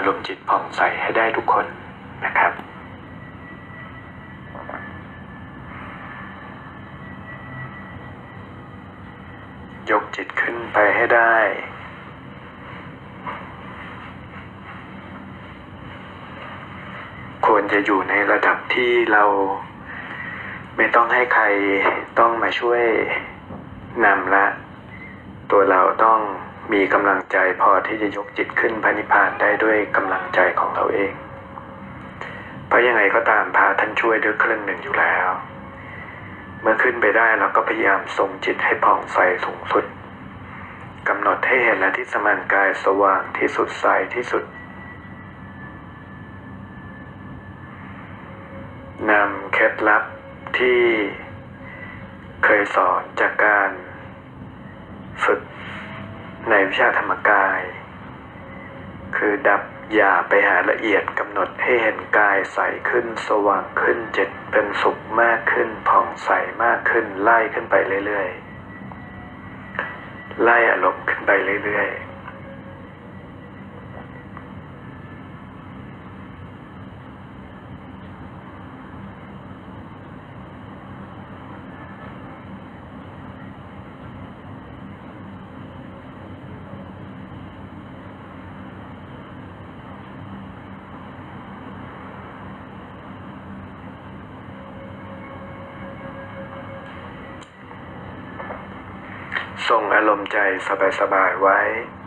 ารมณ์จิตผ่องใสให้ได้ทุกคนนะครับยกจิตขึ้นไปให้ได้ควรจะอยู่ในระดับที่เราไม่ต้องให้ใครต้องมาช่วยนำละตัวเราต้องมีกำลังใจพอที่จะยกจิตขึ้นพระนิพพานได้ด้วยกำลังใจของเราเองเพราะยังไงก็ตามพระท่านช่วยด้วยครึ่งหนึ่งอยู่แล้วเมื่อขึ้นไปได้เราก็พยายามทรงจิตให้ผ่องใสสูงสุดกำหนดให้เห็นอธิสมานกายสว่างที่สุดใสที่สุดนำเคล็ดลับที่เคยสอนจากการฝึกในวิชาธรรมกายคือดับหยาบไปหาละเอียดกำหนดให้เห็นกายใสขึ้นสว่างขึ้นจิตเป็นสุขมากขึ้นผ่องใสมากขึ้นไล่ขึ้นไปเรื่อยๆไล่อารมณ์ขึ้นไปเรื่อยๆส่งอารมณ์ใจสบายๆไว้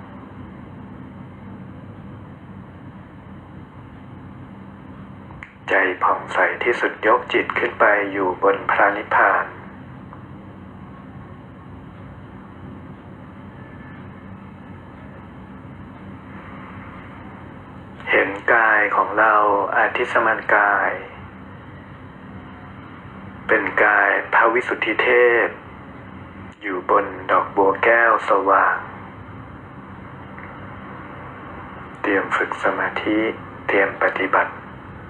ใจผ่องใสที่สุดยกจิตขึ้นไปอยู่บนพระนิพพานเห็นกายของเราอาทิสมานกายเป็นกายพระวิสุทธิเทพอยู่บนดอกบัวแก้วสว่างเตรียมฝึกสมาธิเตรียมปฏิบัติ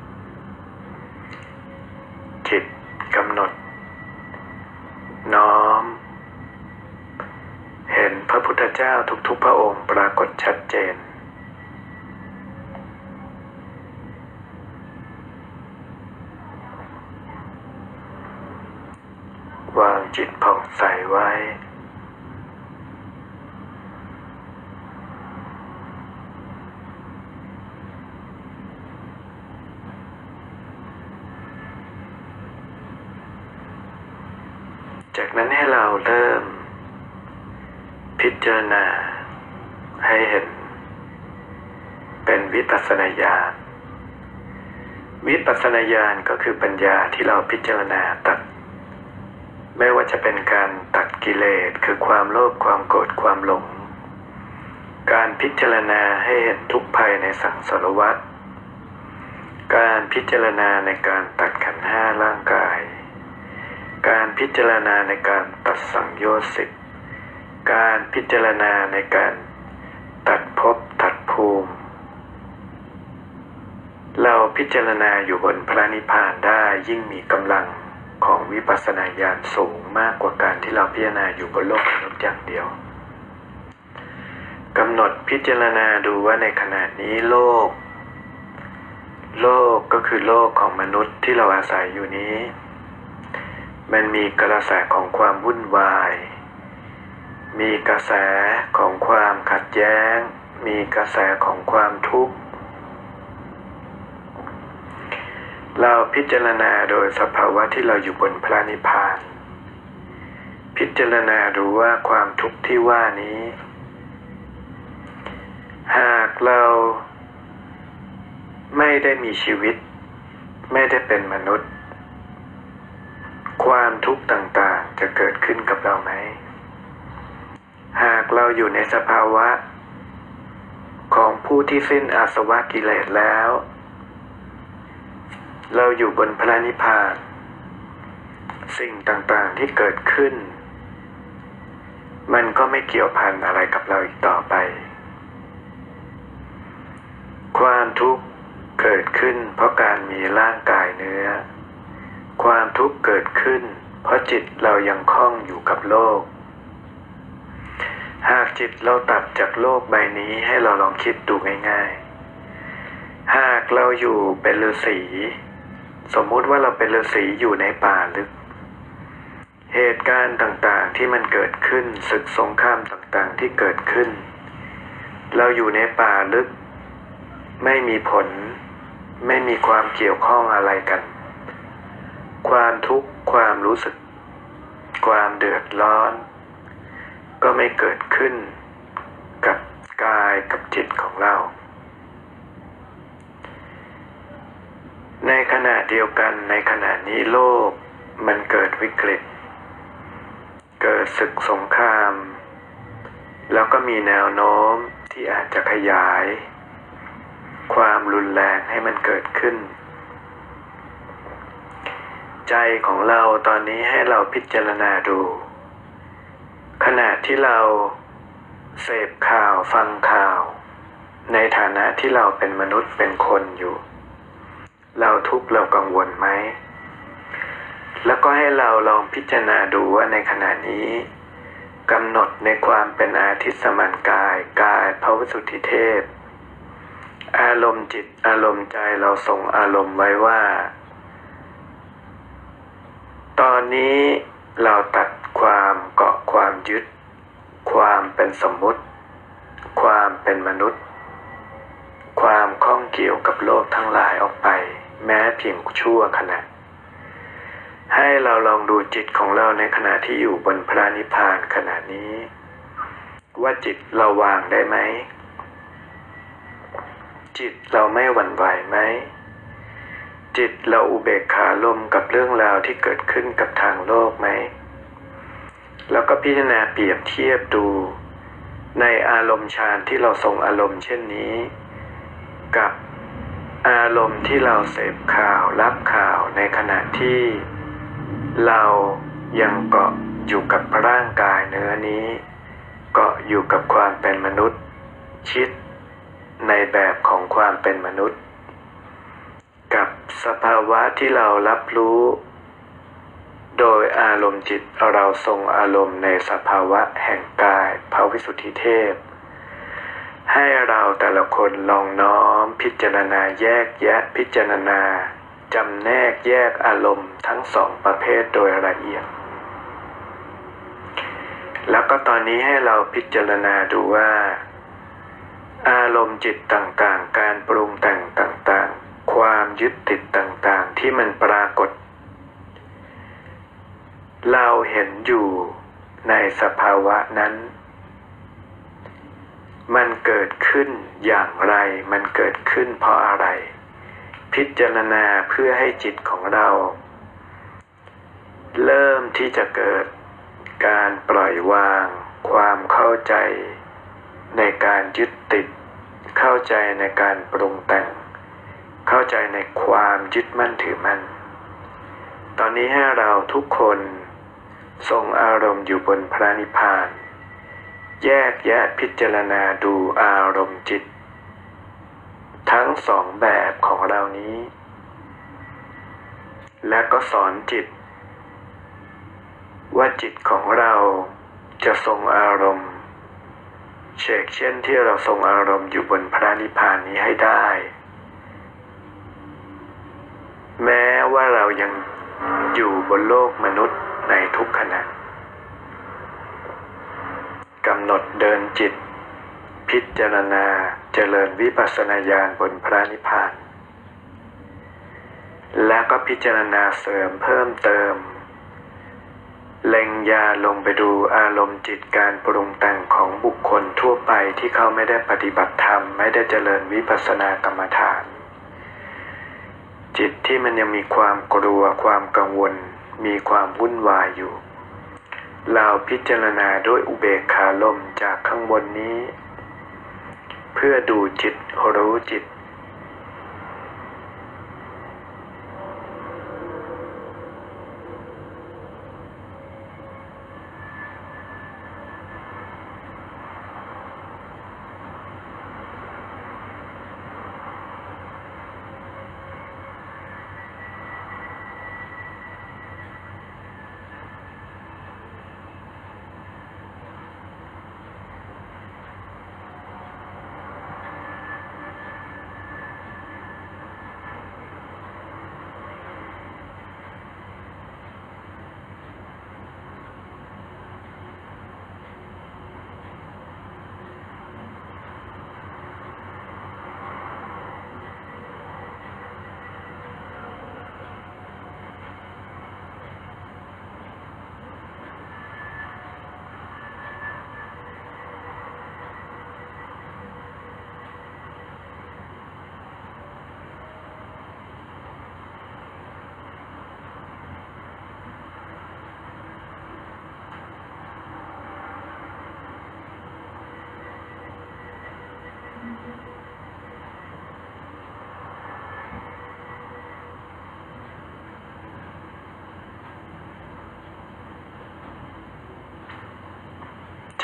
จิตกำหนดน้อมเห็นพระพุทธเจ้าทุกๆพระองค์ปรากฏชัดเจนวางจิตผ่องใสไว้จากนั้นให้เราเริ่มพิจารณาให้เห็นเป็นวิปัสสนาญาณวิปัสสนาญาณก็คือปัญญาที่เราพิจารณาตัดไม่ว่าจะเป็นการตัดกิเลสคือความโลภความโกรธความหลงการพิจารณาให้เห็นทุกข์ภัยในสังสารวัฏการพิจารณาในการตัดขันธ์ห้าร่างกายการพิจารณาในการตัดสังโยชน์ 10การพิจารณาในการตัดภพตัดภูมิเราพิจารณาอยู่บนพระนิพพานได้ยิ่งมีกำลังของวิปัสสนาญาณสูงมากกว่าการที่เราพิจารณาอยู่บนโลกมนุษย์อย่างเดียวกำหนดพิจารณาดูว่าในขณะนี้โลกก็คือโลกของมนุษย์ที่เราอาศัยอยู่นี้มันมีกระแสของความวุ่นวายมีกระแสของความขัดแย้งมีกระแสของความทุกข์เราพิจารณาโดยสภาวะที่เราอยู่บนพระนิพพานพิจารณาดูว่าความทุกข์ที่ว่านี้หากเราไม่ได้มีชีวิตไม่ได้เป็นมนุษย์ความทุกข์ต่างๆจะเกิดขึ้นกับเราไหมหากเราอยู่ในสภาวะของผู้ที่สิ้นอาสวะกิเลสแล้วเราอยู่บนพระนิพพานสิ่งต่างๆที่เกิดขึ้นมันก็ไม่เกี่ยวพันอะไรกับเราอีกต่อไปความทุกข์เกิดขึ้นเพราะการมีร่างกายเนื้อความทุกข์เกิดขึ้นเพราะจิตเรายังคล้องอยู่กับโลกหากจิตเราตัดจากโลกใบนี้ให้เราลองคิดดูง่ายหากเราอยู่เป็นฤาษีสมมุติว่าเราเป็นฤาษีอยู่ในป่าลึกเหตุการณ์ต่างๆที่มันเกิดขึ้นศึกสงครามต่างๆที่เกิดขึ้นเราอยู่ในป่าลึกไม่มีผลไม่มีความเกี่ยวข้องอะไรกันความทุกข์ความรู้สึกความเดือดร้อนก็ไม่เกิดขึ้นกับกายกับจิตของเราในขณะเดียวกันในขณะนี้โลกมันเกิดวิกฤตเกิดศึกสงครามแล้วก็มีแนวโน้มที่อาจจะขยายความรุนแรงให้มันเกิดขึ้นใจของเราตอนนี้ให้เราพิจารณาดูขณะที่เราเสพข่าวฟังข่าวในฐานะที่เราเป็นมนุษย์เป็นคนอยู่เราทุกข์เรากังวลไหมแล้วก็ให้เราลองพิจารณาดูว่าในขณะนี้กำหนดในความเป็นอาทิตย์สมันกายกายพระวิสุทธิเทพอารมณ์จิตอารมณ์ใจเราส่งอารมณ์ไว้ว่าตอนนี้เราตัดความเกาะความยึดความเป็นสมมุติความเป็นมนุษย์ความข้องเกี่ยวกับโลกทั้งหลายออกไปแม้เพียงชั่วขณะให้เราลองดูจิตของเราในขณะที่อยู่บนพระนิพพานขณะนี้ว่าจิตเราวางได้ไหมจิตเราไม่หวั่นไหวไหมจิตเราอุเบกขาลมกับเรื่องราวที่เกิดขึ้นกับทางโลกไหมแล้วก็พิจารณาเปรียบเทียบดูในอารมณ์ฌานที่เราทรงอารมณ์เช่นนี้กับอารมณ์ที่เราเสพข่าวรับข่าวในขณะที่เรายังเกาะอยู่กับร่างกายเนื้อนี้เกาะอยู่กับความเป็นมนุษย์คิดในแบบของความเป็นมนุษย์กับสภาวะที่เรารับรู้โดยอารมณ์จิตเราทรงอารมณ์ในสภาวะแห่งกายพระวิสุทธิเทพให้เราแต่ละคนลองน้อมพิจารณาแยกแยะพิจารณาจำแนกแยกอารมณ์ทั้งสองประเภทโดยละเอียดแล้วก็ตอนนี้ให้เราพิจารณาดูว่าอารมณ์จิตต่างๆการปรุงแต่งต่างๆความยึดติดต่างๆที่มันปรากฏเราเห็นอยู่ในสภาวะนั้นมันเกิดขึ้นอย่างไรมันเกิดขึ้นเพราะอะไรพิจารณาเพื่อให้จิตของเราเริ่มที่จะเกิดการปล่อยวางความเข้าใจในการยึดติดเข้าใจในการปรุงแต่งเข้าใจในความยึดมั่นถือมั่นตอนนี้ให้เราทุกคนทรงอารมณ์อยู่บนพระนิพพานแยกแยะพิจารณาดูอารมณ์จิตทั้งสองแบบของเรานี้และก็สอนจิตว่าจิตของเราจะทรงอารมณ์เช่นที่เราทรงอารมณ์อยู่บนพระนิพพานนี้ให้ได้แม้ว่าเรายังอยู่บนโลกมนุษย์ในทุกขณะกำหนดเดินจิตพิจารณาเจริญวิปัสสนาญาณบนพระนิพพานและก็พิจารณาเสริมเพิ่มเติมเล็งญาณลงไปดูอารมณ์จิตการปรุงแต่งของบุคคลทั่วไปที่เขาไม่ได้ปฏิบัติธรรมไม่ได้เจริญวิปัสสนากรรมฐานจิตที่มันยังมีความกลัวความกังวลมีความวุ่นวายอยู่เราพิจารณาด้วยอุเบกขาลมจากข้างบนนี้เพื่อดูจิตรู้จิต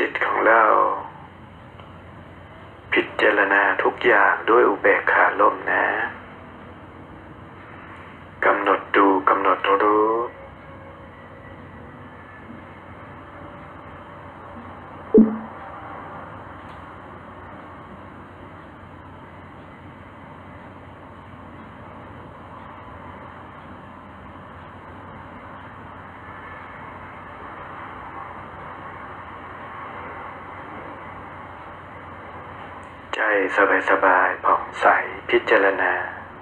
จิตของเราพิจารณาทุกอย่างด้วยอุเบกขาลมนะกำหนดดูกำหนดรู้ใจสบายๆผ่องใสพิจารณา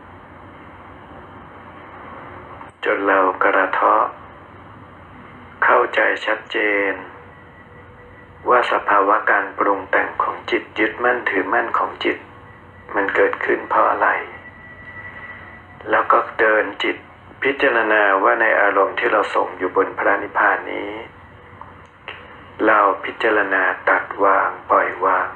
จนเรากระเทาะเข้าใจชัดเจนว่าสภาวะการปรุงแต่งของจิตยึดมั่นถือมั่นของจิตมันเกิดขึ้นเพราะอะไรแล้วก็เดินจิตพิจารณาว่าในอารมณ์ที่เราส่งอยู่บนพระนิพพานนี้เราพิจารณาตัดวางปล่อยวาง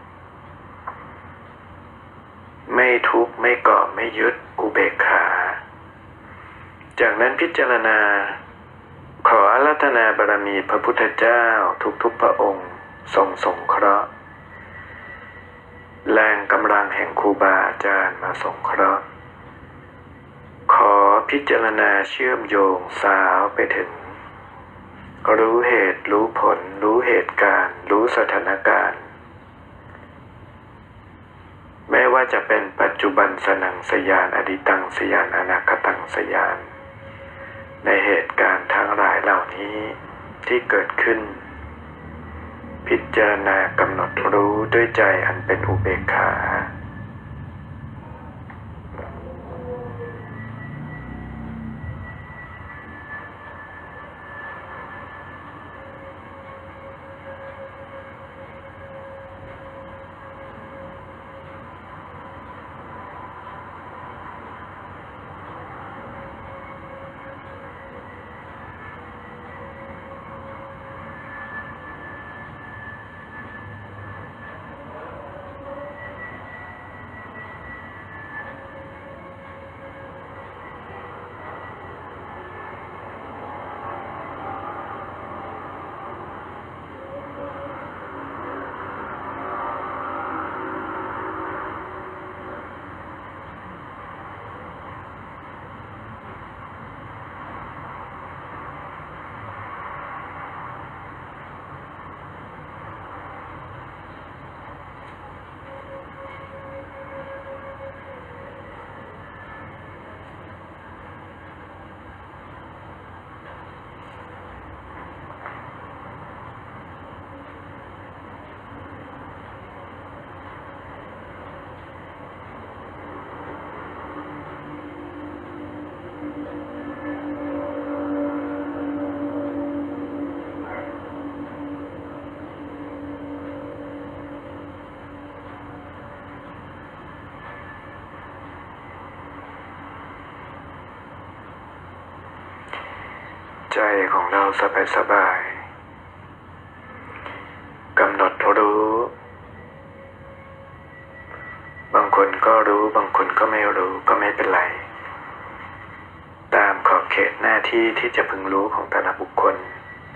ไม่ทุกข์ไม่เกาะไม่ยึดอุเบกขาจากนั้นพิจารณาขออาราธนาบารมีพระพุทธเจ้าทุกๆพระองค์ทรงสงเคราะห์แรงกำลังแห่งครูบาอาจารย์มาสงเคราะห์ขอพิจารณาเชื่อมโยงสาวไปถึงรู้เหตุรู้ผลรู้เหตุการณ์รู้สถานการณ์ไม่ว่าจะเป็นปัจจุบันสนังสยานอดีตังสยานอนาคตังสยานในเหตุการณ์ทั้งหลายเหล่านี้ที่เกิดขึ้นพิจารณากำหนดรู้ด้วยใจอันเป็นอุเบกขาใจของเราสบายๆกำหนดรู้บางคนก็รู้บางคนก็ไม่รู้ก็ไม่เป็นไรตามขอบเขตหน้าที่ที่จะพึงรู้ของแต่ละบุคคล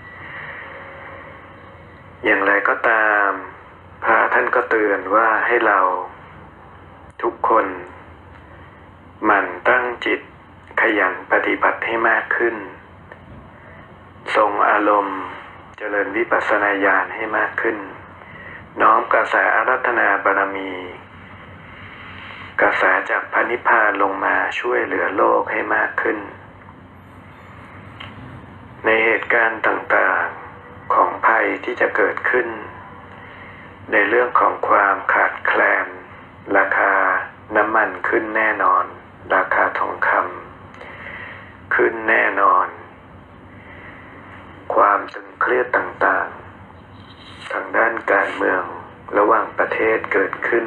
อย่างไรก็ตามพระท่านก็เตือนว่าให้เราทุกคนหมั่นตั้งจิตขยันปฏิบัติให้มากขึ้นทรงอารมณ์เจริญวิปัสสนาญาณให้มากขึ้นน้อมกระแสอาราธนาบารมีกระแสจากพระนิพพานลงมาช่วยเหลือโลกให้มากขึ้นในเหตุการณ์ต่างๆของภัยที่จะเกิดขึ้นในเรื่องของความขาดแคลนราคาน้ำมันขึ้นแน่นอนราคาทองคำขึ้นแน่นอนความตึงเครียดต่างๆทางด้านการเมืองระหว่างประเทศเกิดขึ้น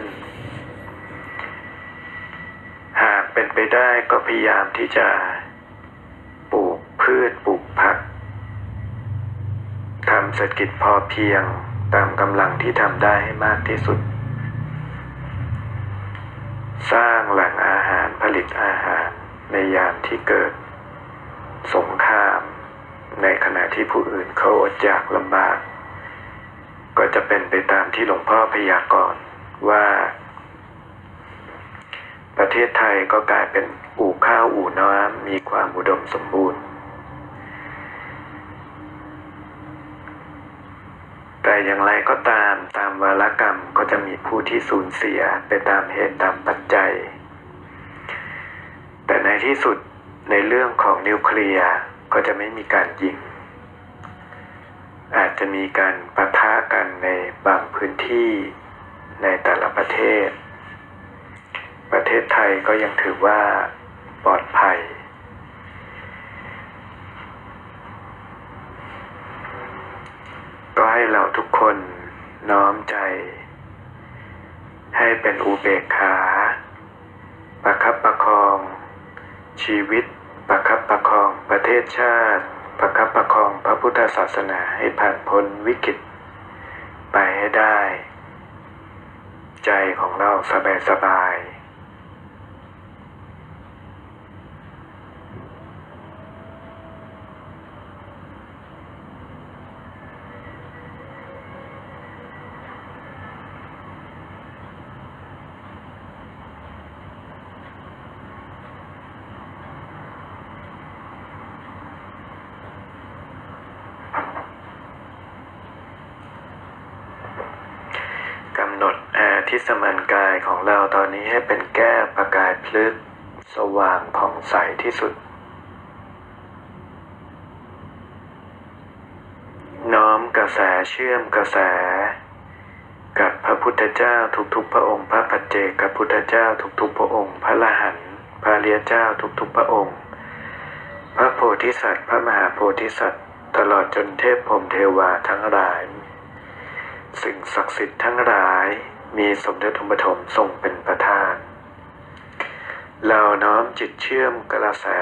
หากเป็นไปได้ก็พยายามที่จะปลูกพืชปลูกผักทำเศรษฐกิจพอเพียงตามกำลังที่ทำได้ให้มากที่สุดสร้างแหล่งอาหารผลิตอาหารในยามที่เกิดสงครามในขณะที่ผู้อื่นเขาอดอยากลำบากก็ที่หลวงพ่อพยากรณ์ว่าประเทศไทยก็กลายเป็นอู่ข้าวอู่น้ำมีความอุดมสมบูรณ์แต่อย่างไรก็ตามวาระกรรมก็จะมีผู้ที่สูญเสียไปตามเหตุตามปัจจัยแต่ในที่สุดในเรื่องของนิวเคลียร์ก็จะไม่มีการยิงอาจจะมีการปะทะกันในบางพื้นที่ในแต่ละประเทศไทยก็ยังถือว่าปลอดภัยก็ให้เราทุกคนน้อมใจให้เป็นอุเบกขาประคับประคองชีวิตประคับประคองประเทศชาติประคับประคองพระพุทธศาสนาให้ผ่านพ้นวิกฤตไปให้ได้ใจของเราสบายกำหนดที่สมานกายของเราตอนนี้ให้เป็นแก้วประกายพลึกสว่างผ่องใสที่สุดน้อมกระแสเชื่อมกระแสกับพระพุทธเจ้าทุกๆพระองค์พระปัจเจกพุทธเจ้าทุกๆพระองค์พระอรหันต์พระอริยเจ้าทุกๆพระองค์พระโพธิสัตว์พระมหาโพธิสัตว์ตลอดจนเทพพรหมเทวาทั้งหลายสิ่งศักดิ์สิทธิ์ทั้งหลายมีสมเด็จพระปฐมทรงเป็นประธานเราน้อมจิตเชื่อมกระแส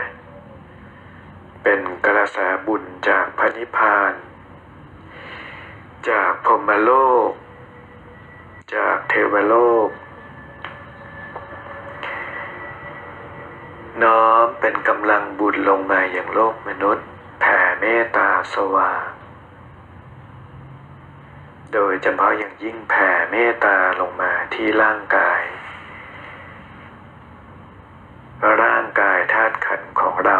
เป็นกระแสบุญจากพระนิพพานจากพรหมโลกจากเทวโลกน้อมเป็นกำลังบุญลงมาอย่างโลกมนุษย์แผ่เมตตาสว่างโดยเฉพาะอย่างยิ่งแผ่เมตตาลงมาที่ร่างกายธาตุขันธ์ของเรา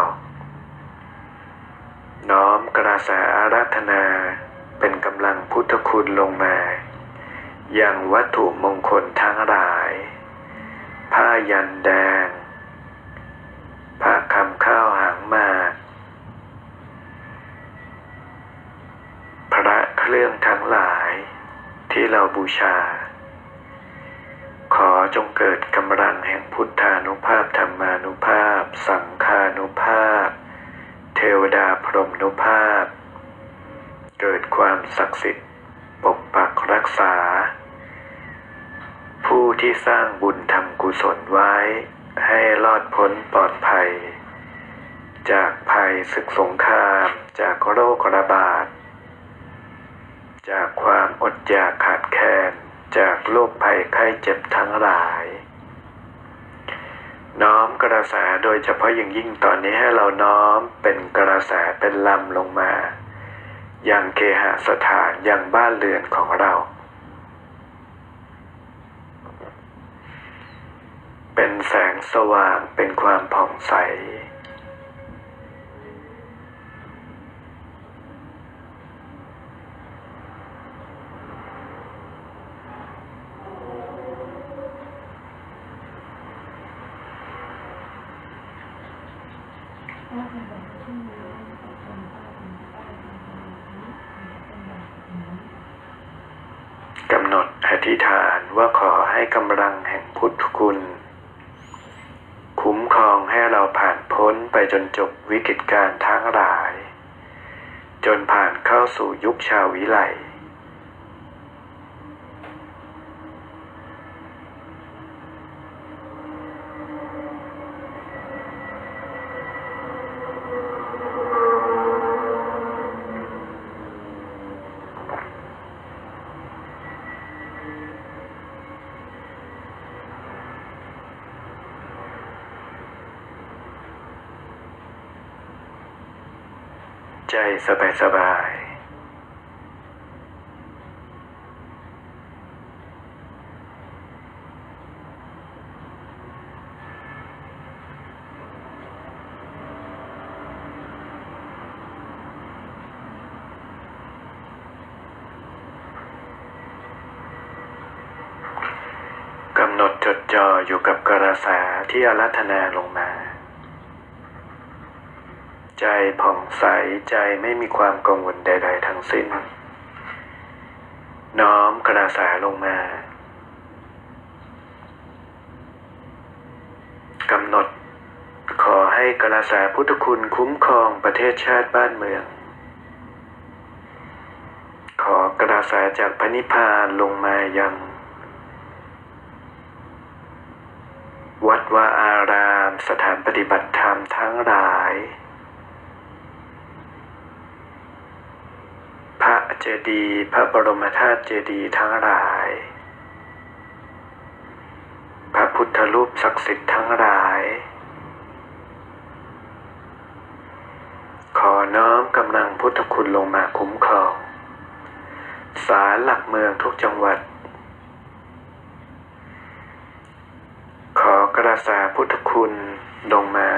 น้อมกระแสอาราธนาเป็นกำลังพุทธคุณลงมาอย่างวัตถุมงคลทั้งหลายผ้ายันแดงพระคำข้าวหางหมากพระเครื่องทั้งหลายที่เราบูชาขอจงเกิดกำลังแห่งพุทธานุภาพธรรมานุภาพสังฆานุภาพเทวดาพรหมนุภาพเกิดความศักดิ์สิทธิ์ปกปักรักษาผู้ที่สร้างบุญทำกุศลไว้ให้รอดพ้นปลอดภัยจากภัยศึกสงครามจากโรคระบาดจากความอดอยากขาดแคลนจากโรคภัยไข้เจ็บทั้งหลายน้อมกระแสโดยเฉพาะอย่างยิ่งตอนนี้ให้เราน้อมเป็นกระแสเป็นลำลงมายังเคหสถานยังบ้านเรือนของเราเป็นแสงสว่างเป็นความผ่องใสกำหนดอธิษฐานว่าขอให้กำลังแห่งพุทธคุณคุ้มครองให้เราผ่านพ้นไปจนจบวิกฤตการณ์ทั้งหลายจนผ่านเข้าสู่ยุคชาววิไลใจสบายดจ่ออยู่กับกระแสที่อาราธนาลงมาใจผ่องใสใจไม่มีความกังวลใดๆทั้งสิ้นน้อมกระแสลงมากำหนดขอให้กระแสพุทธคุณคุ้มครองประเทศชาติบ้านเมืองขอกระแสจากพระนิพพานลงมายังวัดวาอารามสถานปฏิบัติธรรมทั้งหลายพระเจดีย์พระบรมธาตุเจดีย์ทั้งหลายพระพุทธรูปศักดิ์สิทธิ์ทั้งหลายขอน้อมกำลังพุทธคุณลงมาคุ้มครองศาลหลักเมืองทุกจังหวัดขอกระแสพุทธคุณลงมา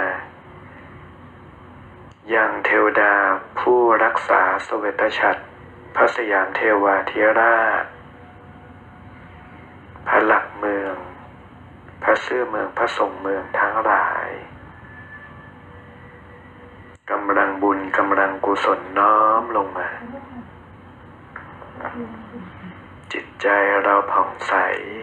ยังเทวดาผู้รักษาเสวตฉัตรพระสยามเทวาธิราชพระหลักเมืองพระซื่อเมืองพระทรงเมืองทั้งหลายกำลังบุญกำลังกุศลน้อมลงมาจิตใจเราผ่องใส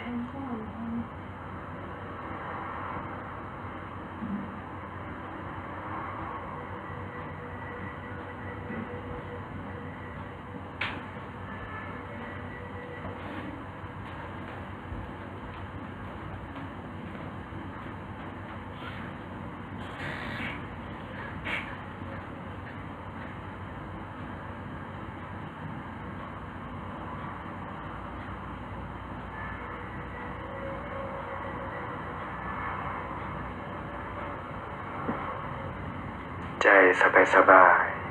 ใจสบายๆ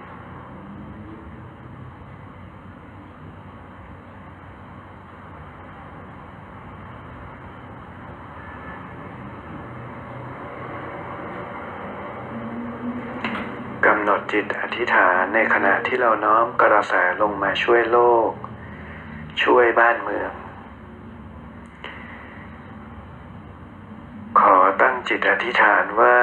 กำหนดจิตอธิษฐานในขณะที่เราน้อมกระแสลงมาช่วยโลกช่วยบ้านเมืองขอตั้งจิตอธิษฐานว่า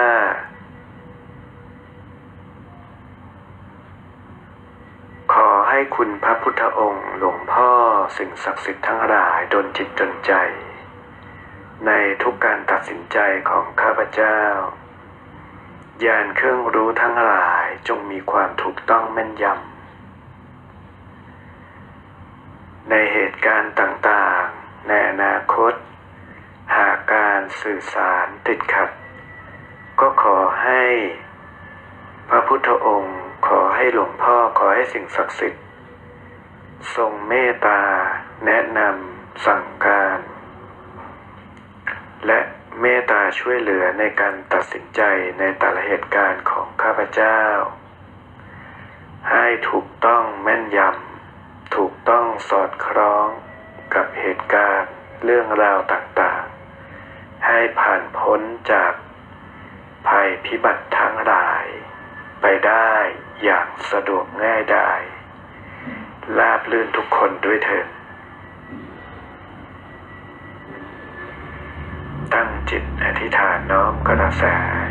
ขอให้คุณพระพุทธองค์หลวงพ่อสิ่งศักดิ์สิทธิ์ทั้งหลายดลจิตดลใจในทุกการตัดสินใจของข้าพเจ้าญาณเครื่องรู้ทั้งหลายจงมีความถูกต้องแม่นยำในเหตุการณ์ต่างๆในอนาคตหากการสื่อสารติดขัดก็ขอให้พระพุทธองค์ขอให้หลวงพ่อขอให้สิ่งศักดิ์สิทธิ์ทรงเมตตาแนะนำสั่งการและเมตตาช่วยเหลือในการตัดสินใจในแต่ละเหตุการณ์ของข้าพเจ้าให้ถูกต้องแม่นยำถูกต้องสอดคล้องกับเหตุการณ์เรื่องราวต่างๆให้ผ่านพ้นจากภัยพิบัติทั้งหลายไปได้อย่างสะดวกง่ายดายราบรื่นทุกคนด้วยเถิดตั้งจิตอธิษฐานน้อมกระแส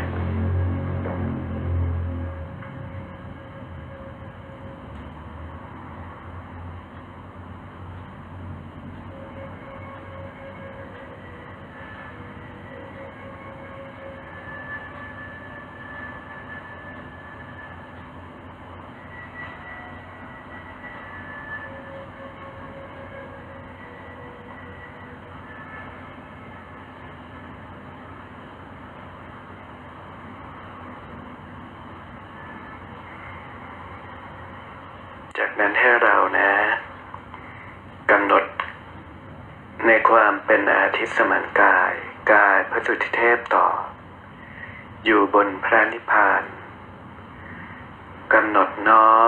จากนั้นให้เรานะกำหนดในความเป็นอาทิตย์สมานกายพระสุทธิเทพต่ออยู่บนพระนิพพานกำหนดน้อม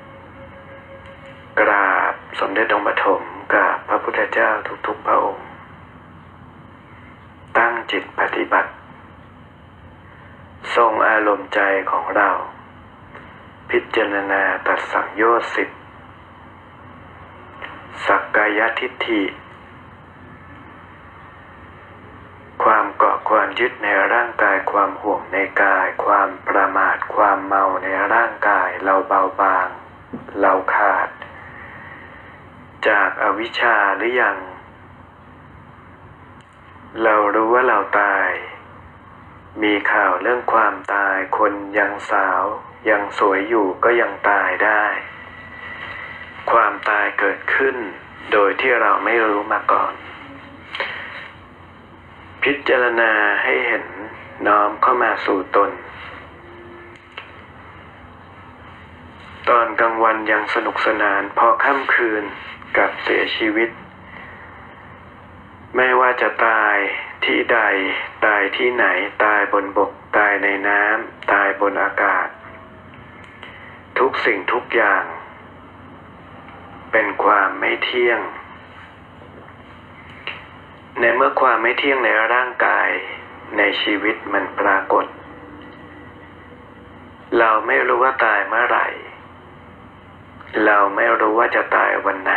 กราบสมเด็จองค์ปฐมกราบพระพุทธเจ้าทุกๆพระองค์ตั้งจิตปฏิบัติทรงอารมณ์ใจของเราพิจารณาตัดสังโยชน์10สักกายทิฏฐิยึดในร่างกายความห่วงในกายความประมาทความเมาในร่างกายเราเบาบางเราขาดจากอวิชชาหรือยังเรารู้ว่าเราตายมีข่าวเรื่องความตายคนยังสาวยังสวยอยู่ก็ยังตายได้ความตายเกิดขึ้นโดยที่เราไม่รู้มาก่อนพิจารณาให้เห็นน้อมเข้ามาสู่ตนตอนกลางวันยังสนุกสนานพอค่ำคืนกับเสียชีวิตไม่ว่าจะตายที่ใดตายที่ไหนตายบนบกตายในน้ำตายบนอากาศทุกสิ่งทุกอย่างเป็นความไม่เที่ยงในเมื่อความไม่เที่ยงในร่างกายในชีวิตมันปรากฏเราไม่รู้ว่าตายเมื่อไหร่เราไม่รู้ว่าจะตายวันไหน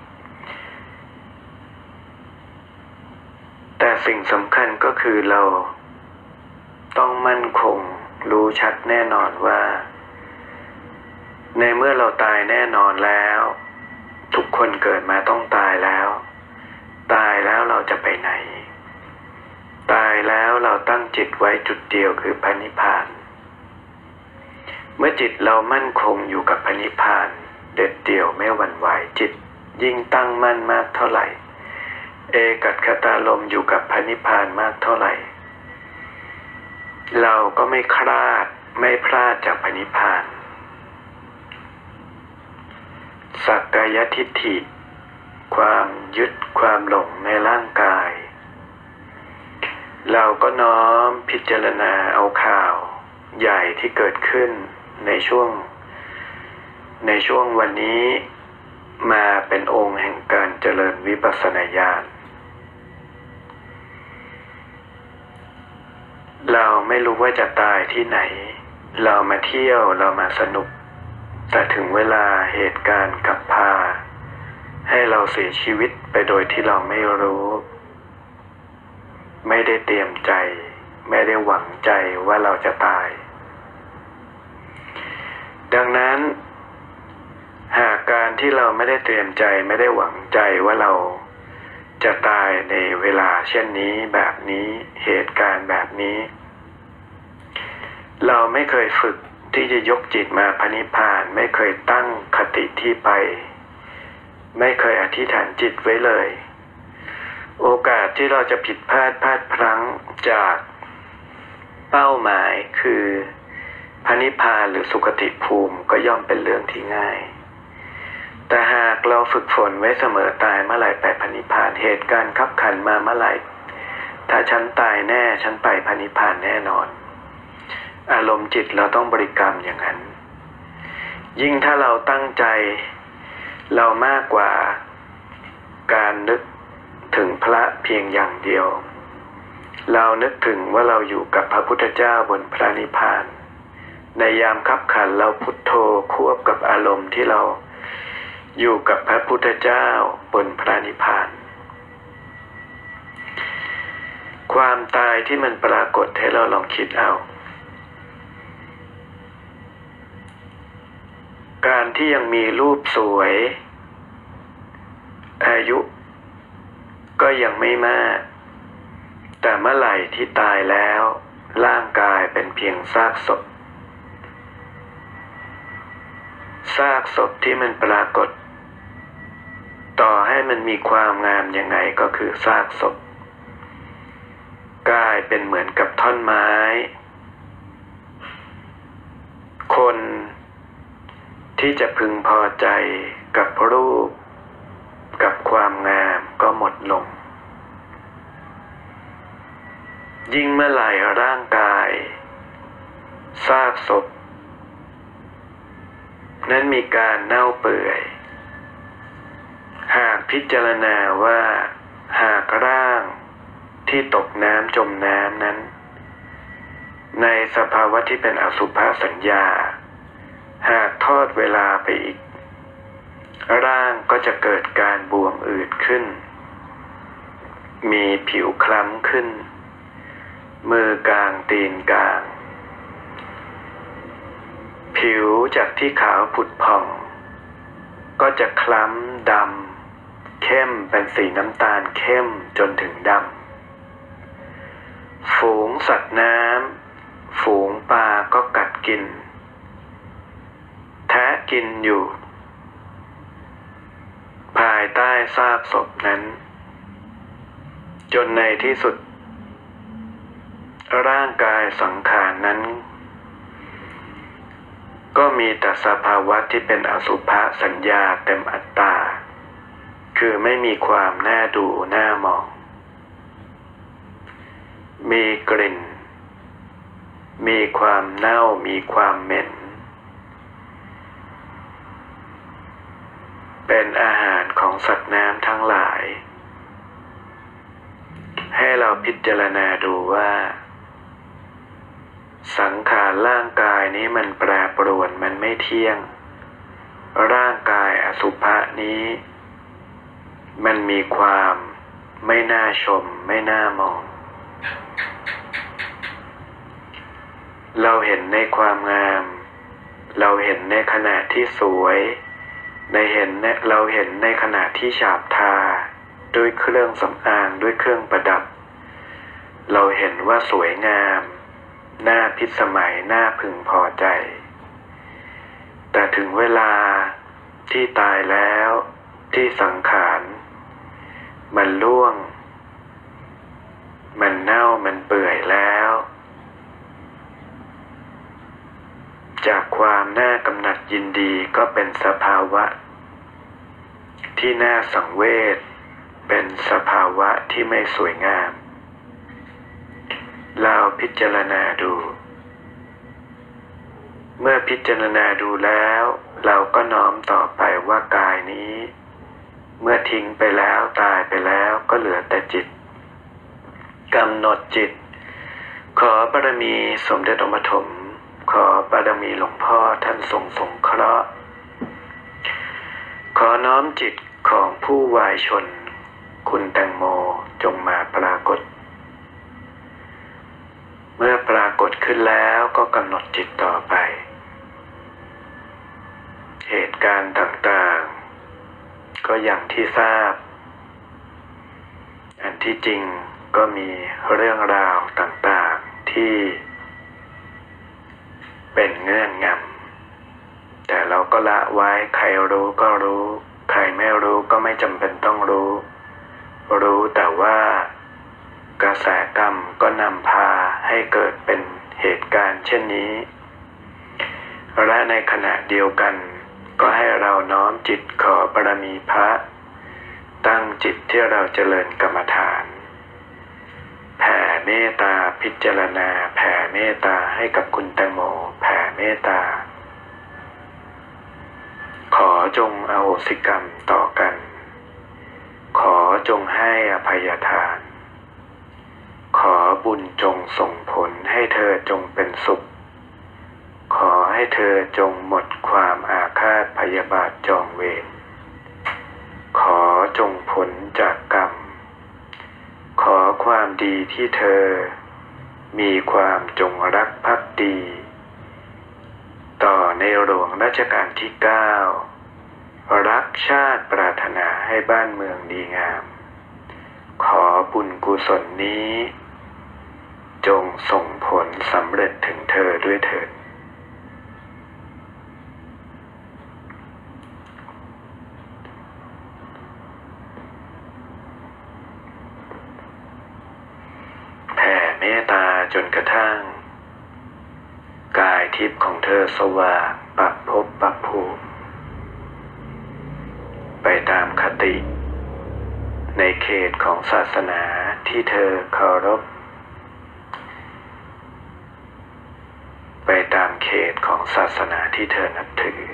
แต่สิ่งสำคัญก็คือเราต้องมั่นคงรู้ชัดแน่นอนว่าในเมื่อเราตายแน่นอนแล้วทุกคนเกิดมาต้องตายแล้วตายแล้วเราจะไปไหนตายแล้วเราตั้งจิตไว้จุดเดียวคือพระนิพพานเมื่อจิตเรามั่นคงอยู่กับพระนิพพานเด็ดเดี่ยวไม่หวั่นไหวจิตยิ่งตั้งมั่นมากเท่าไหร่เอกัคคตารมณ์อยู่กับพระนิพพานมากเท่าไหร่เราก็ไม่พลาดจากพระนิพพานสักกายทิฏฐิความยึดความหลงในร่างกายเราก็น้อมพิจารณาเอาข่าวใหญ่ที่เกิดขึ้นในช่วงวันนี้มาเป็นองค์แห่งการเจริญวิปัสสนาญาณเราไม่รู้ว่าจะตายที่ไหนเรามาเที่ยวเรามาสนุกแต่ถึงเวลาเหตุการณ์กลับพาให้เราเสียชีวิตไปโดยที่เราไม่รู้ไม่ได้เตรียมใจไม่ได้หวังใจว่าเราจะตายดังนั้นหากการที่เราไม่ได้เตรียมใจไม่ได้หวังใจว่าเราจะตายในเวลาเช่นนี้แบบนี้เหตุการณ์แบบนี้เราไม่เคยฝึกที่จะยกจิตมาพระนิพพานไม่เคยตั้งคติที่ไปไม่เคยอธิษฐานจิตไว้เลยโอกาสที่เราจะผิดพลาดพลั้งจากเป้าหมายคือพระนิพพานหรือสุคติภูมิก็ย่อมเป็นเรื่องที่ง่ายแต่หากเราฝึกฝนไว้เสมอตายเมื่อไหร่ไปพระนิพพานเหตุการณ์คับขันมาเมื่อไหร่ถ้าฉันตายแน่ฉันไปพระนิพพานแน่นอนอารมณ์จิตเราต้องบริกรรมอย่างนั้นยิ่งถ้าเราตั้งใจเรามากกว่าการนึกถึงพระเพียงอย่างเดียวเรานึกถึงว่าเราอยู่กับพระพุทธเจ้าบนพระนิพพานในยามคับขันเราพุทโธควบกับอารมณ์ที่เราอยู่กับพระพุทธเจ้าบนพระนิพพานความตายที่มันปรากฏให้เราลองคิดเอาการที่ยังมีรูปสวยอายุก็ยังไม่มากแต่เมื่อไหร่ที่ตายแล้วร่างกายเป็นเพียงซากศพที่มันปรากฏต่อให้มันมีความงามยังไงก็คือซากศพกลายเป็นเหมือนกับท่อนไม้คนที่จะพึงพอใจกับรูปกับความงามก็หมดลงยิ่งเมื่อไหร่ร่างกายซากศพนั้นมีการเน่าเปื่อยหากพิจารณาว่าหากร่างที่ตกน้ำจมน้ำนั้นในสภาวะที่เป็นอสุภสัญญาหากทอดเวลาไปอีกร่างก็จะเกิดการบวมอืดขึ้นมีผิวคล้ำขึ้นมือกลางตีนกลางผิวจากที่ขาวผุดผ่องก็จะคล้ำดำเข้มเป็นสีน้ำตาลเข้มจนถึงดำฝูงสัตว์น้ำฝูงปลาก็กัดกินแทะกินอยู่ภายใต้ซากศพนั้นจนในที่สุดร่างกายสังขารนั้นก็มีแต่สภาวะที่เป็นอสุภสัญญาเต็มอัตตาคือไม่มีความน่าดูน่ามองมีกลิ่นมีความเน่ามีความเหม็นเป็นอาหารของสัตว์น้ำทั้งหลายให้เราพิจารณาดูว่าสังขารร่างกายนี้มันแปรปรวนมันไม่เที่ยงร่างกายอสุภะนี้มันมีความไม่น่าชมไม่น่ามองเราเห็นในความงามเราเห็นในขณะที่สวยเราเห็นในขณะที่ฉาบทาด้วยเครื่องสำอางด้วยเครื่องประดับเราเห็นว่าสวยงามน่าพิสมัยน่าพึงพอใจแต่ถึงเวลาที่ตายแล้วที่สังขารมันร่วงมันเน่ามันเปื่อยแล้วจากความน่ากำหนัดยินดีก็เป็นสภาวะที่น่าสังเวชเป็นสภาวะที่ไม่สวยงามเราพิจารณาดูเมื่อพิจารณาดูแล้วเราก็น้อมต่อไปว่ากายนี้เมื่อทิ้งไปแล้วตายไปแล้วก็เหลือแต่จิตกำหนดจิตขอบารมีสมเด็จองค์ปฐมขอบารมีหลวงพ่อท่านทรงสงเคราะห์ขอน้อมจิตของผู้วายชนคุณแตงโมจงมาปรากฏเมื่อปรากฏขึ้นแล้วก็กำหนดจิตต่อไปเหตุการณ์ต่างๆก็อย่างที่ทราบอันที่จริงก็มีเรื่องราวต่างๆที่เป็นเงื่อนงำแต่เราก็ละไว้ใครรู้ก็รู้ใครไม่รู้ก็ไม่จำเป็นต้องรู้แต่ว่ากระแสกรรมก็นำพาให้เกิดเป็นเหตุการณ์เช่นนี้และในขณะเดียวกันก็ให้เราน้อมจิตขอบารมีพระตั้งจิตที่เราเจริญกรรมฐานแผ่เมตตาพิจารณาแผ่เมตตาให้กับคุณแตงโมแผ่เมตตาขอจงอโหสิกรรมต่อกันขอจงให้อภัยทานขอบุญจงส่งผลให้เธอจงเป็นสุขขอให้เธอจงหมดความอาฆาตพยาบาทจองเวรขอจงพ้นจากกรรมขอความดีที่เธอมีความจงรักภักดีต่อในหลวงรัชกาลที่ 9รักชาติปรารถนาให้บ้านเมืองดีงามขอบุญกุศลนี้จงส่งผลสำเร็จถึงเธอด้วยเถิดแผ่เมตตาจนกระทั่งกายทิพย์ของเธอสว่างปรับภพปรับภูมิไปตามคติในเขตของศาสนาที่เธอเคารพไปตามเขตของศาสนาที่เธอนับถือ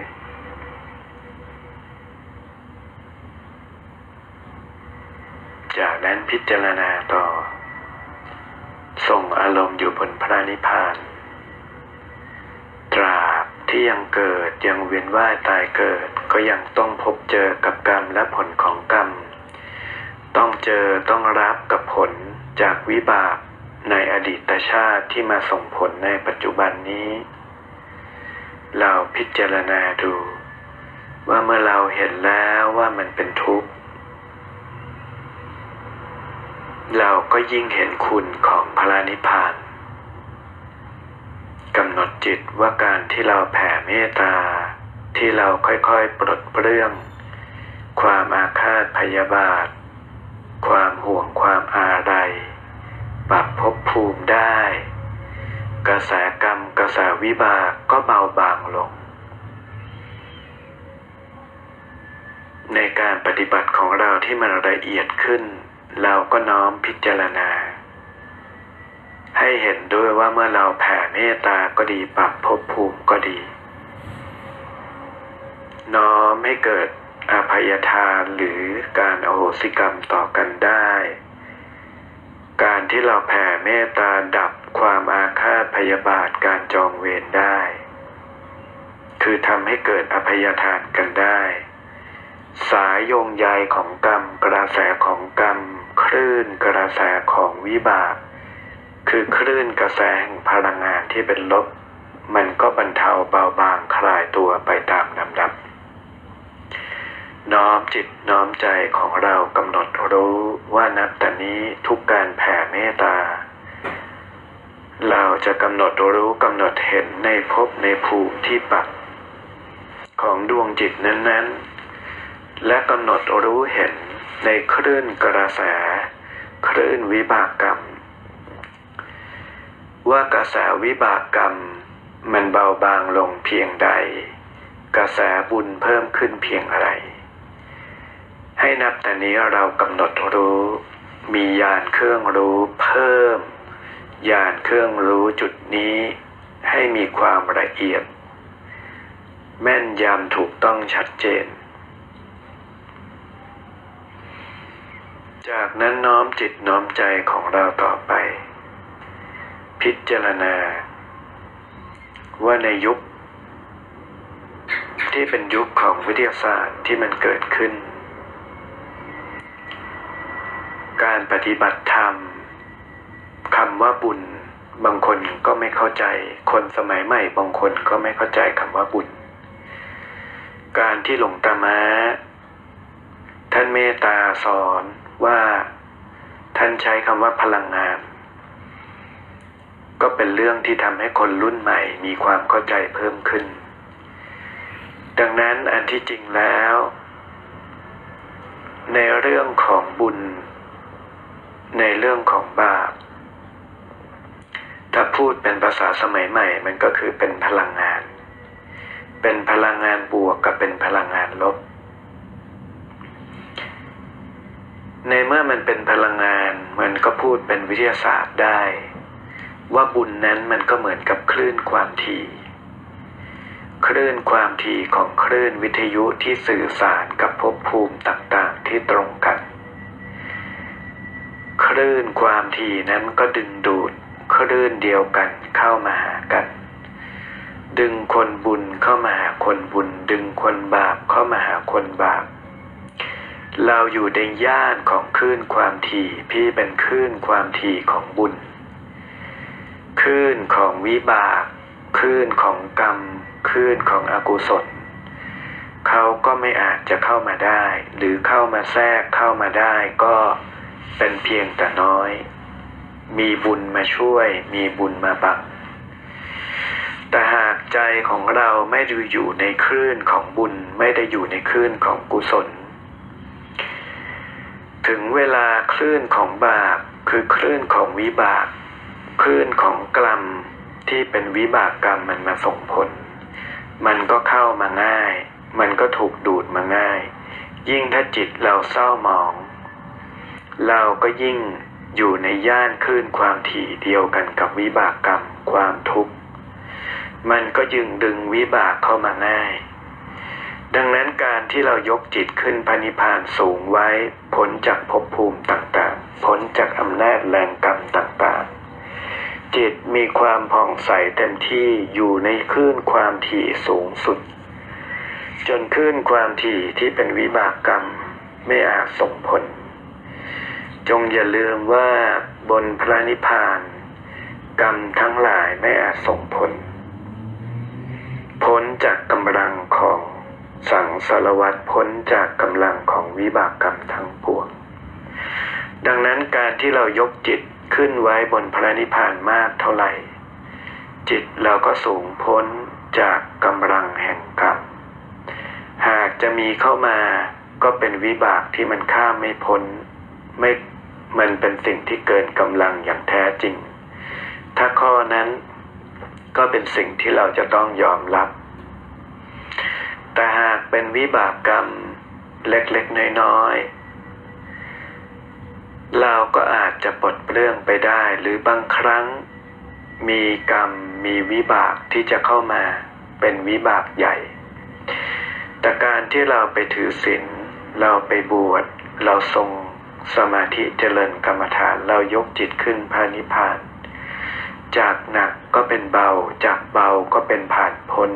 จากนั้นพิจารณาต่อส่งอารมณ์อยู่บนพระนิพพานตราบที่ยังเกิดยังเวียนว่ายตายเกิดก็ยังต้องพบเจอกับกรรมและผลของกรรมต้องเจอต้องรับกับผลจากวิบากในอดีตชาติที่มาส่งผลในปัจจุบันนี้ เราพิจารณาดูว่าเมื่อเราเห็นแล้วว่ามันเป็นทุกข์เราก็ยิ่งเห็นคุณของพระนิพพานกำหนดจิตว่าการที่เราแผ่เมตตาที่เราค่อยๆปลดเปลื้องความอาฆาตพยาบาทความห่วงความอาลัยปรับภพภูมิได้กระแสกรรมกระแสวิบากก็เบาบางลงในการปฏิบัติของเราที่มันละเอียดขึ้นเราก็น้อมพิจารณาให้เห็นด้วยว่าเมื่อเราแผ่เมตตาก็ดีปรับภพภูมิก็ดีน้อมให้เกิดอภัยทานหรือการอโหสิกรรมต่อกันได้การที่เราแผ่เมตตาดับความอาฆาตพยาบาทการจองเวรได้คือทำให้เกิดอภัยทานกันได้สายโยงใยของกรรมกระแสของกรรมคลื่นกระแสของวิบากคือคลื่นกระแสแห่งพลังงานที่เป็นลบมันก็บรรเทาเบาบางคลายตัวไปตามลำดับน้อมจิตน้อมใจของเรากำหนดรู้ว่านับแต่นี้ทุกการแผ่เมตตาเราจะกำหนดรู้กำหนดเห็นในภพในภูมิที่ปักของดวงจิตนั้นๆและกำหนดรู้เห็นในคลื่นกระแสคลื่นวิบากกรรมว่ากระแสวิบากกรรมมันเบาบางลงเพียงใดกระแสบุญเพิ่มขึ้นเพียงไรให้นับแต่นี้เรากำหนดรู้มีญาณเครื่องรู้เพิ่มญาณเครื่องรู้จุดนี้ให้มีความละเอียดแม่นยำถูกต้องชัดเจนจากนั้นน้อมจิตน้อมใจของเราต่อไปพิจารณาว่าในยุคที่เป็นยุคของวิทยาศาสตร์ที่มันเกิดขึ้นการปฏิบัติธรรมคำว่าบุญบางคนก็ไม่เข้าใจคนสมัยใหม่บางคนก็ไม่เข้าใจคำว่าบุญการที่หลวงตาม้าท่านเมตตาสอนว่าท่านใช้คำว่าพลังงานก็เป็นเรื่องที่ทำให้คนรุ่นใหม่มีความเข้าใจเพิ่มขึ้นดังนั้นอันที่จริงแล้วในเรื่องของบุญในเรื่องของบาปถ้าพูดเป็นภาษาสมัยใหม่มันก็คือเป็นพลังงานเป็นพลังงานบวกกับเป็นพลังงานลบในเมื่อมันเป็นพลังงานมันก็พูดเป็นวิทยาศาสตร์ได้ว่าบุญนั้นมันก็เหมือนกับคลื่นความถี่คลื่นความถี่ของคลื่นวิทยุที่สื่อสารกับภพภูมิต่างๆที่ตรงกันคลื่นความถี่นั้นก็ดึงดูดคลื่นเดียวกันเข้ามาหากันดึงคนบุญเข้ามาหาคนบุญดึงคนบาปเข้ามาหาคนบาปเราอยู่ในย่านของคลื่นความถี่พี่เป็นคลื่นความถี่ของบุญคลื่นของวิบากคลื่นของกรรมคลื่นของอกุศลเขาก็ไม่อาจจะเข้ามาได้หรือเข้ามาแทรกเข้ามาได้ก็เป็นเพียงแต่น้อยมีบุญมาช่วยมีบุญมาบังแต่หากใจของเราไม่ได้อยู่ในคลื่นของบุญไม่ได้อยู่ในคลื่นของกุศลถึงเวลาคลื่นของบาปคือคลื่นของวิบากคลื่นของกรรมที่เป็นวิบากกรรมมันมาส่งผลมันก็เข้ามาง่ายมันก็ถูกดูดมาง่ายยิ่งถ้าจิตเราเศร้าหมองเราก็ยิ่งอยู่ในย่านคลื่นความถี่เดียวกันกับวิบากกรรมความทุกข์มันก็ยึงดึงวิบากเข้ามาง่ายดังนั้นการที่เรายกจิตขึ้นพระนิพพานสูงไว้พ้นจากภพภูมิต่างๆพ้นจากอำนาจแรงกรรมต่างๆจิตมีความผ่องใสเต็มที่อยู่ในคลื่นความถี่สูงสุดจนคลื่นความถี่ที่เป็นวิบากกรรมไม่อาจส่งผลจงอย่าลืมว่าบนพระนิพพานกรรมทั้งหลายไม่อาจส่งผลพ้นจากกำลังของสังสารวัฏพ้นจากกำลังของวิบากกรรมทั้งปวงดังนั้นการที่เรายกจิตขึ้นไว้บนพระนิพพานมากเท่าไหร่จิตเราก็สูงพ้นจากกำลังแห่งกรรมหากจะมีเข้ามาก็เป็นวิบากที่มันข้ามไม่พ้นมันเป็นสิ่งที่เกินกำลังอย่างแท้จริงถ้าข้อนั้นก็เป็นสิ่งที่เราจะต้องยอมรับแต่หากเป็นวิบากกรรมเล็กๆน้อยๆเราก็อาจจะปลดเปลื้องไปได้หรือบางครั้งมีกรรมมีวิบากที่จะเข้ามาเป็นวิบากใหญ่แต่การที่เราไปถือศีลเราไปบวชเราทรงสมาธิเจริญกรรมฐานเรายกจิตขึ้นพระนิพพานจากหนักก็เป็นเบาจากเบาก็เป็นผ่านพ้น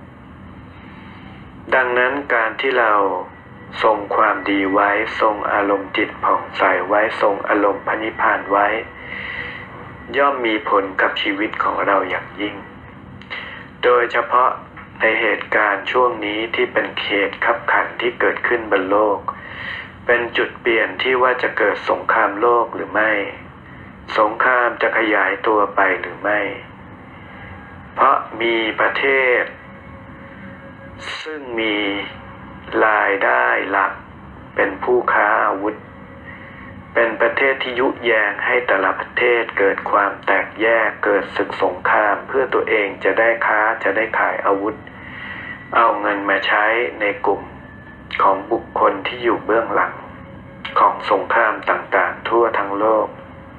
ดังนั้นการที่เราทรงความดีไว้ทรงอารมณ์จิตผ่องใสไว้ทรงอารมณ์พระนิพพานไว้ย่อมมีผลกับชีวิตของเราอย่างยิ่งโดยเฉพาะในเหตุการณ์ช่วงนี้ที่เป็นเหตุคับขันที่เกิดขึ้นบนโลกเป็นจุดเปลี่ยนที่ว่าจะเกิดสงครามโลกหรือไม่สงครามจะขยายตัวไปหรือไม่เพราะมีประเทศซึ่งมีรายได้หลักเป็นผู้ค้าอาวุธเป็นประเทศที่ยุแยงให้แต่ละประเทศเกิดความแตกแยกเกิดศึกสงครามเพื่อตัวเองจะได้ค้าจะได้ขายอาวุธเอาเงินมาใช้ในกลุ่มของบุคคลที่อยู่เบื้องหลังของสงครามต่างๆทั่วทั้งโลก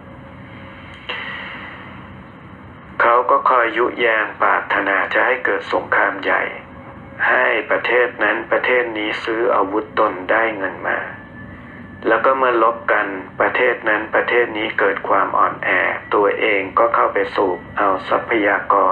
เขาก็คอยยุแยงปรารถนาจะให้เกิดสงครามใหญ่ให้ประเทศนั้นประเทศนี้ซื้ออาวุธตนได้เงินมาแล้วก็เมื่อลบกันประเทศนั้นประเทศนี้เกิดความอ่อนแอตัวเองก็เข้าไปสูบเอาทรัพยากร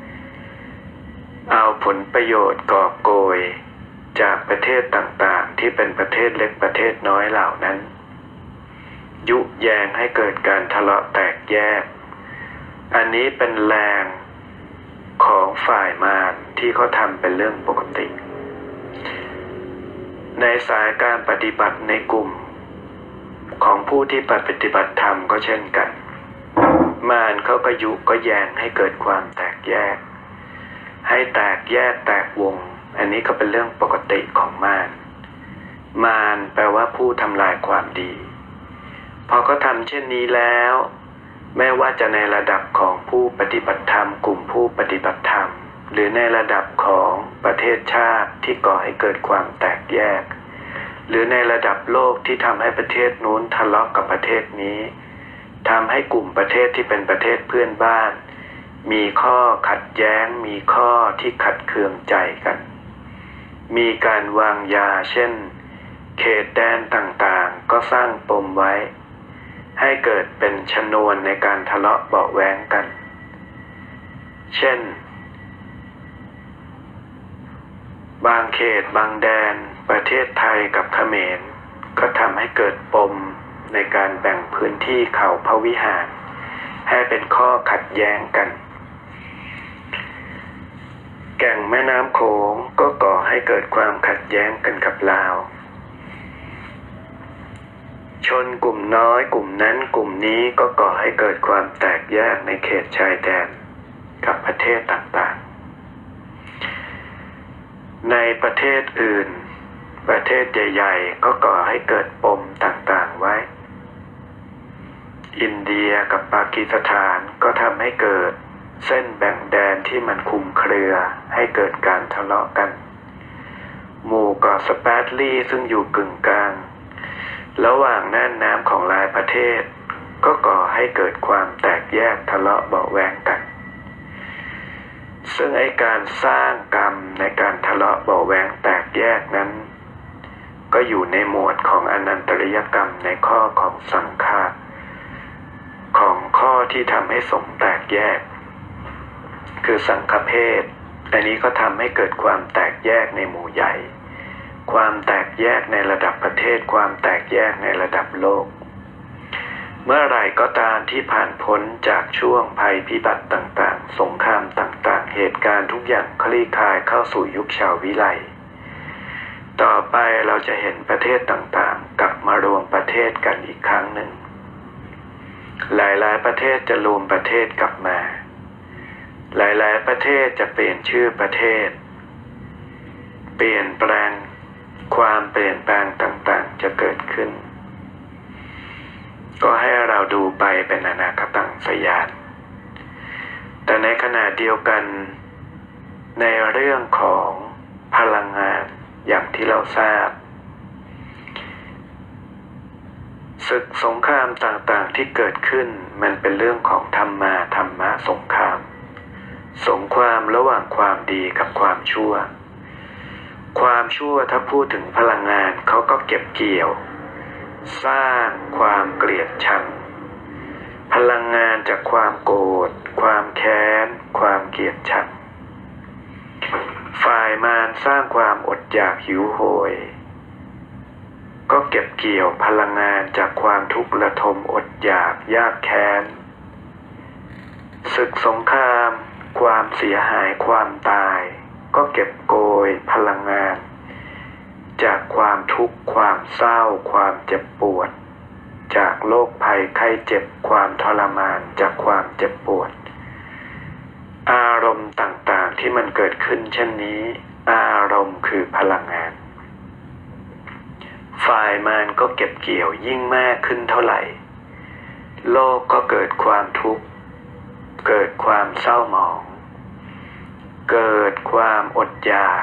เอาผลประโยชน์กอบโกยจากประเทศต่างๆที่เป็นประเทศเล็กประเทศน้อยเหล่านั้นยุแยงให้เกิดการทะเลาะแตกแยกอันนี้เป็นแรงของฝ่ายมารที่เขาทำเป็นเรื่องปกติในสายการปฏิบัติในกลุ่มของผู้ที่ปฏิบัติธรรมก็เช่นกันมารเขาก็ยุก็แยงให้เกิดความแตกแยกให้แตกแยกแตกวงอันนี้ก็เป็นเรื่องปกติของมารแปลว่าผู้ทำลายความดีพอเขาทำเช่นนี้แล้วไม่ว่าจะในระดับของผู้ปฏิบัติธรรมกลุ่มผู้ปฏิบัติธรรมหรือในระดับของประเทศชาติที่ก่อให้เกิดความแตกแยกหรือในระดับโลกที่ทำให้ประเทศนู้นทะเลาะกับประเทศนี้ทำให้กลุ่มประเทศที่เป็นประเทศเพื่อนบ้านมีข้อขัดแย้งมีข้อที่ขัดเคืองใจกันมีการวางยาเช่นเขตแดนต่างๆก็สร้างปมไว้ให้เกิดเป็นชนวนในการทะเลาะเบาะแว้งกันเช่นบางเขตบางแดนประเทศไทยกับเขมรก็ทำให้เกิดปมในการแบ่งพื้นที่เขาพระวิหารให้เป็นข้อขัดแย้งกันแก่งแม่น้ำโขงก็ก่อให้เกิดความขัดแย้งกันกับลาวชนกลุ่มน้อยกลุ่มนั้นกลุ่มนี้ก็ก่อให้เกิดความแตกแยกในเขตชายแดนกับประเทศต่างๆในประเทศอื่นประเทศใหญ่ๆก็ก่อให้เกิดปมต่างๆไว้อินเดียกับปากีสถานก็ทำให้เกิดเส้นแบ่งแดนที่มันคลุมเครือให้เกิดการทะเลาะกันหมู่เกาะสแปตลีซึ่งอยู่กึ่งกลางระหว่างน่านน้ำของหลายประเทศก็ก่อให้เกิดความแตกแยกทะเลาะเบาะแว้งกันซึ่งไอ้การสร้างกรรมในการทะเลาะเบาะแว้งแตกแยกนั้นก็อยู่ในหมวดของอนันตริยกรรมในข้อของสังฆาตของข้อที่ทำให้สงฆ์แตกแยกคือสังฆเพศอันนี้ก็ทำให้เกิดความแตกแยกในหมู่ใหญ่ความแตกแยกในระดับประเทศความแตกแยกในระดับโลกเมื่อไหร่ก็ตามที่ผ่านพ้นจากช่วงภัยพิบัติต่างๆสงครามต่างๆเหตุการณ์ทุกอย่างคลี่คลายเข้าสู่ยุคชาววิไลต่อไปเราจะเห็นประเทศต่างๆกลับมารวมประเทศกันอีกครั้งหนึ่งหลายๆประเทศจะรวมประเทศกลับมาหลายๆประเทศจะเปลี่ยนชื่อประเทศเปลี่ยนแปลงความเปลี่ยนแปลงต่างๆจะเกิดขึ้นก็ให้เราดูไปเป็นอนาคตังสยานแต่ในขณะเดียวกันในเรื่องของพลังงานอย่างที่เราทราบศึกสงครามต่างๆที่เกิดขึ้นมันเป็นเรื่องของธรรมะสงครามสงครามระหว่างความดีกับความชั่วความชั่วถ้าพูดถึงพลังงานเขาก็เก็บเกี่ยวสร้างความเกลียดชังพลังงานจากความโกรธความแค้นความเกลียดชังฝ่ายมารสร้างความอดอยากหิวโหยก็เก็บเกี่ยวพลังงานจากความทุกข์ระทมอดอยากยากแค้นศึกสงครามความเสียหายความตายก็เก็บโกยพลังงานจากความทุกข์ความเศร้าความเจ็บปวดจากโรคภัยไข้เจ็บความทรมานจากความเจ็บปวดอารมณ์ต่างๆที่มันเกิดขึ้นเช่นนี้อารมณ์คือพลังงานฝ่ายมารก็เก็บเกี่ยวยิ่งมากขึ้นเท่าไหร่โลกก็เกิดความทุกข์เกิดความเศร้าหมองเกิดความอดอยาก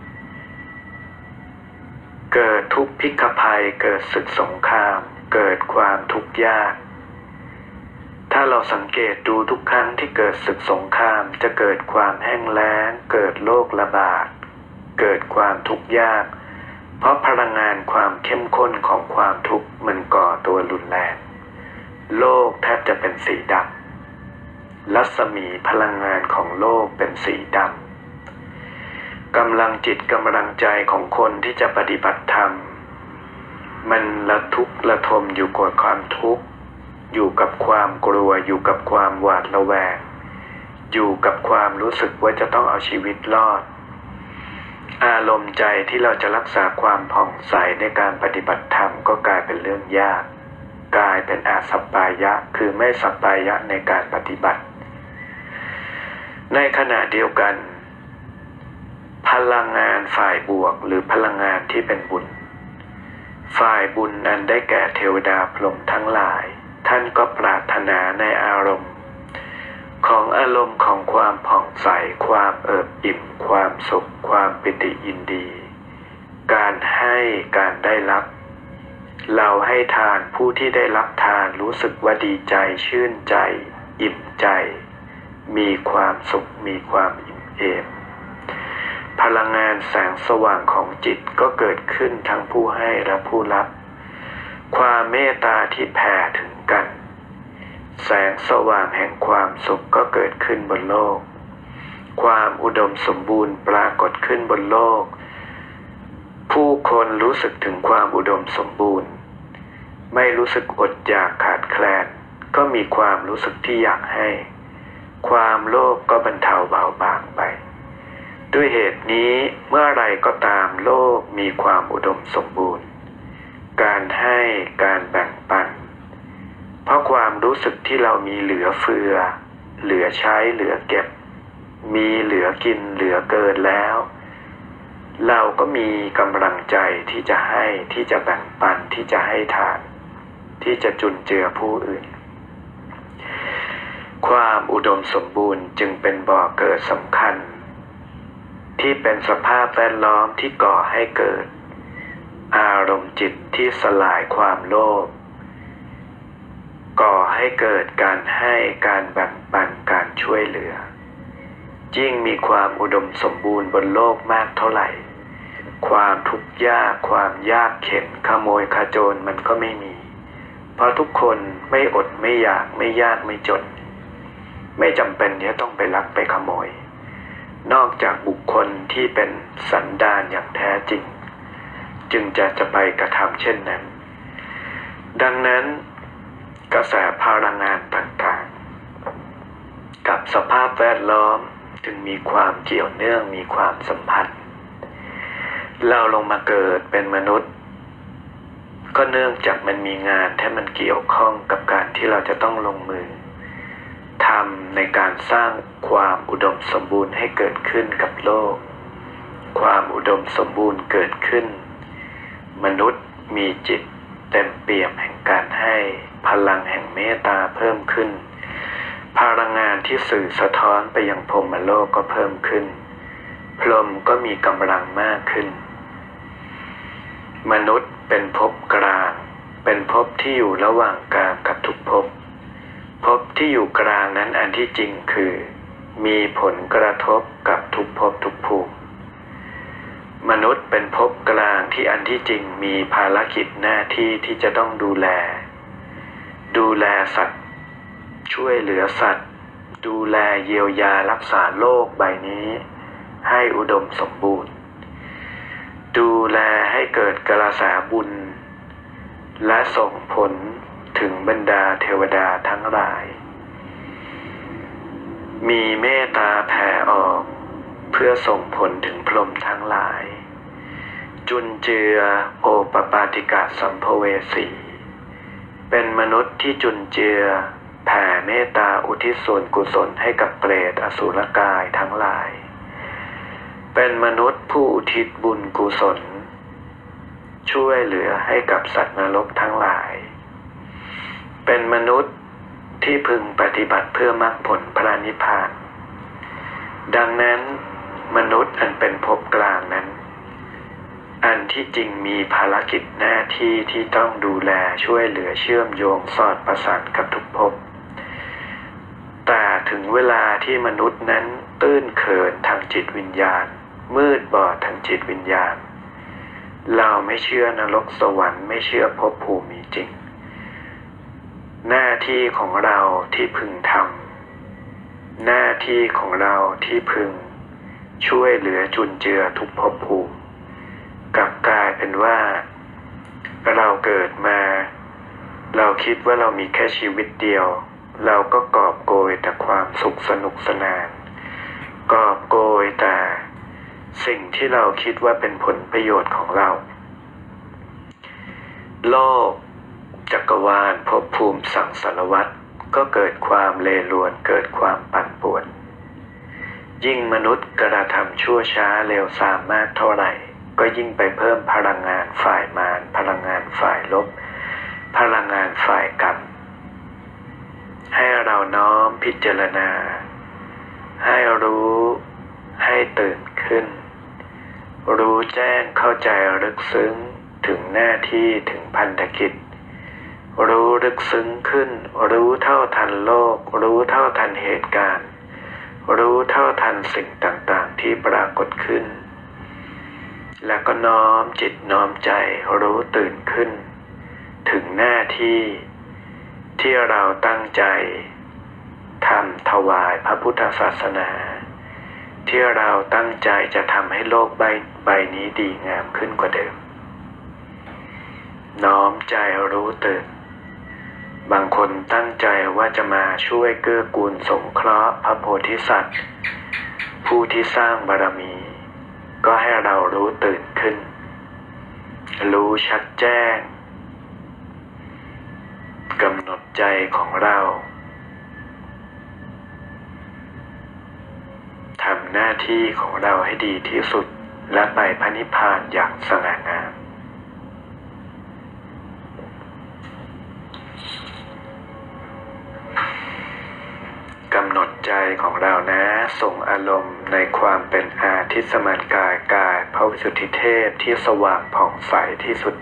เกิดทุกข์พิกภัยเกิดศึกสงครามเกิดความทุกข์ยากถ้าเราสังเกตดูทุกครั้งที่เกิดศึกสงครามจะเกิดความแห้งแล้งเกิดโรคระบาดเกิดความทุกข์ยากเพราะพลังงานความเข้มข้นของความทุกข์มันก่อตัวรุนแรงโลกแทบจะเป็นสีดำรัศมีพลังงานของโลกเป็นสีดำกำลังจิตกำลังใจของคนที่จะปฏิบัติธรรมมันระทุกข์ระทมอยู่กับความทุกข์อยู่กับความกลัวอยู่กับความหวาดระแวงอยู่กับความรู้สึกว่าจะต้องเอาชีวิตรอดอารมณ์ใจที่เราจะรักษาความผ่องใสในการปฏิบัติธรรมก็กลายเป็นเรื่องยากกลายเป็นอาสัปปายะคือไม่สัปปายะในการปฏิบัติในขณะเดียวกันพลังงานฝ่ายบวกหรือพลังงานที่เป็นบุญฝ่ายบุญนั้นได้แก่เทวดาพรหมทั้งหลายท่านก็ปรารถนาในอารมณ์ของความผ่องใสความเอิบอิ่มความสุขความปิติยินดีการให้การได้รับเราให้ทานผู้ที่ได้รับทานรู้สึกว่าดีใจชื่นใจอิ่มใจมีความสุขมีความอิ่มเอมพลังงานแสงสว่างของจิตก็เกิดขึ้นทั้งผู้ให้และผู้รับความเมตตาที่แผ่ถึงกันแสงสว่างแห่งความสุขก็เกิดขึ้นบนโลกความอุดมสมบูรณ์ปรากฏขึ้นบนโลกผู้คนรู้สึกถึงความอุดมสมบูรณ์ไม่รู้สึกอดอยากขาดแคลนก็มีความรู้สึกที่อยากให้ความโลภก็บรรเทาเบาบางไปด้วยเหตุนี้เมื่อไรก็ตามโลกมีความอุดมสมบูรณ์การให้การแบ่งปันเพราะความรู้สึกที่เรามีเหลือเฟือเหลือใช้เหลือเก็บมีเหลือกินเหลือเกินแล้วเราก็มีกำลังใจที่จะให้ที่จะแบ่งปันที่จะให้ทานที่จะจุนเจือผู้อื่นความอุดมสมบูรณ์จึงเป็นบ่อเกิดสำคัญที่เป็นสภาพแวดล้อมที่ก่อให้เกิดอารมณ์จิตที่สลายความโลภก่อให้เกิดการให้การแบ่งปันการช่วยเหลือยิ่งมีความอุดมสมบูรณ์บนโลกมากเท่าไหร่ความทุกข์ยากความยากเข็ญขโมยขโจรมันก็ไม่มีเพราะทุกคนไม่อดไม่อยากไม่ยากไม่จนไม่จำเป็นที่จะต้องไปลักไปขโมยนอกจากบุคคลที่เป็นสันดานอย่างแท้จริงจึงจะไปกระทำเช่นนั้นดังนั้นกระแสพลังงานต่างๆกับสภาพแวดล้อมจึงมีความเกี่ยวเนื่องมีความสัมพันธ์เราลงมาเกิดเป็นมนุษย์ก็เนื่องจากมันมีงานที่มันเกี่ยวข้องกับการที่เราจะต้องลงมือทำในการสร้างความอุดมสมบูรณ์ให้เกิดขึ้นกับโลกความอุดมสมบูรณ์เกิดขึ้นมนุษย์มีจิตเต็มเปี่ยมแห่งการให้พลังแห่งเมตตาเพิ่มขึ้นพลังงานที่สื่อสะท้อนไปยังพรหมโลกก็เพิ่มขึ้นพรหมก็มีกำลังมากขึ้นมนุษย์เป็นภพกลางเป็นภพที่อยู่ระหว่างกลางกับทุกภพภพที่อยู่กลางนั้นอันที่จริงคือมีผลกระทบกับทุกภพทุกภูมิมนุษย์เป็นภพกลางที่อันที่จริงมีภารกิจหน้าที่ที่จะต้องดูแลสัตว์ช่วยเหลือสัตว์ดูแลเยียวยารักษาโลกใบนี้ให้อุดมสมบูรณ์ดูแลให้เกิดกระแสบุญและส่งผลถึงบรรดาเทวดาทั้งหลายมีเมตตาแผ่ออกเพื่อส่งผลถึงพรหมทั้งหลายจุนเจือโอปปาติกะสัมภเวสีเป็นมนุษย์ที่จุนเจือแผ่เมตตาอุทิศส่วนกุศลให้กับเปรตอสุรกายทั้งหลายเป็นมนุษย์ผู้อุทิศบุญกุศลช่วยเหลือให้กับสัตว์นรกทั้งหลายเป็นมนุษย์ที่พึงปฏิบัติเพื่อมรรคผลพระนิพพานดังนั้นมนุษย์อันเป็นภพกลางนั้นอันที่จริงมีภารกิจหน้าที่ที่ต้องดูแลช่วยเหลือเชื่อมโยงสอดประสานกับทุกภพแต่ถึงเวลาที่มนุษย์นั้นตื้นเขินทางจิตวิญญาณมืดบอดทางจิตวิญญาณเราไม่เชื่อนรกสวรรค์ไม่เชื่อภพภูมิมีจริงหน้าที่ของเราที่พึงทำหน้าที่ของเราที่พึงช่วยเหลือจุนเจือทุกภพภูมิกลับกลายเป็นว่าเราเกิดมาเราคิดว่าเรามีแค่ชีวิตเดียวเราก็กอบโกยแต่ความสุขสนุกสนานกอบโกยแต่สิ่งที่เราคิดว่าเป็นผลประโยชน์ของเราโลกจักรวาลภพภูมิสังสารวัฏก็เกิดความเลวรวนเกิดความปั่นป่วนยิ่งมนุษย์กระทำชั่วช้าเลวทรามมากเท่าไหร่ก็ยิ่งไปเพิ่มพลังงานฝ่ายมารพลังงานฝ่ายลบพลังงานฝ่ายกรรมให้เราน้อมพิจารณาให้รู้ให้ตื่นขึ้นรู้แจ้งเข้าใจลึกซึ้งถึงหน้าที่ถึงพันธกิจรู้ลึกซึ้งขึ้นรู้เท่าทันโลกรู้เท่าทันเหตุการณ์รู้เท่าทันสิ่งต่างๆที่ปรากฏขึ้นแล้วก็น้อมจิตน้อมใจรู้ตื่นขึ้นถึงหน้าที่ที่เราตั้งใจทำถวายพระพุทธศาสนาที่เราตั้งใจจะทำให้โลกใบนี้ดีงามขึ้นกว่าเดิมน้อมใจรู้ตื่นบางคนตั้งใจว่าจะมาช่วยเกื้อกูลสงเคราะห์พระโพธิสัตว์ผู้ที่สร้างบารมีก็ให้เรารู้ตื่นขึ้นรู้ชัดแจ้งกำหนดใจของเราทำหน้าที่ของเราให้ดีที่สุดและไปพระนิพพานอย่างสง่างามกำหนดใจของเรานะส่งอารมณ์ในความเป็นอาทิสมันกายพระวิสุทธิเทพที่สว่างผ่องใสที่สุด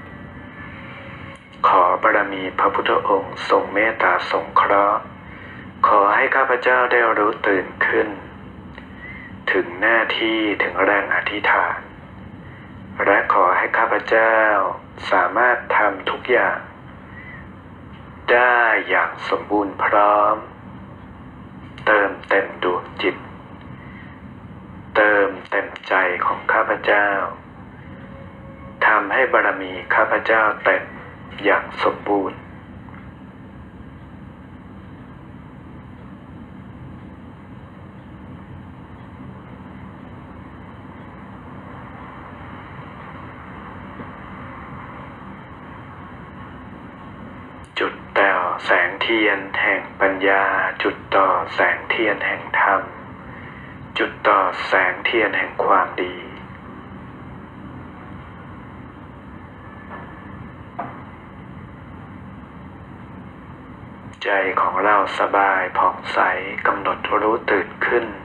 ขอบารมีพระพุทธองค์ทรงเมตตาสงเคราะห์ขอให้ข้าพเจ้าได้รู้ตื่นขึ้นถึงหน้าที่ถึงแรงอธิษฐานและขอให้ข้าพเจ้าสามารถทำทุกอย่างได้อย่างสมบูรณ์พร้อมเติมเต็มดวงจิตเติมเต็มใจของข้าพเจ้าทำให้บารมีข้าพเจ้าเต็มอย่างสมบูรณ์แสงเทียนแห่งปัญญาจุดต่อแสงเทียนแห่งธรรมจุดต่อแสงเทียนแห่งความดีใจของเราสบายผ่องใสกำหนดรู้ตื่นขึ้น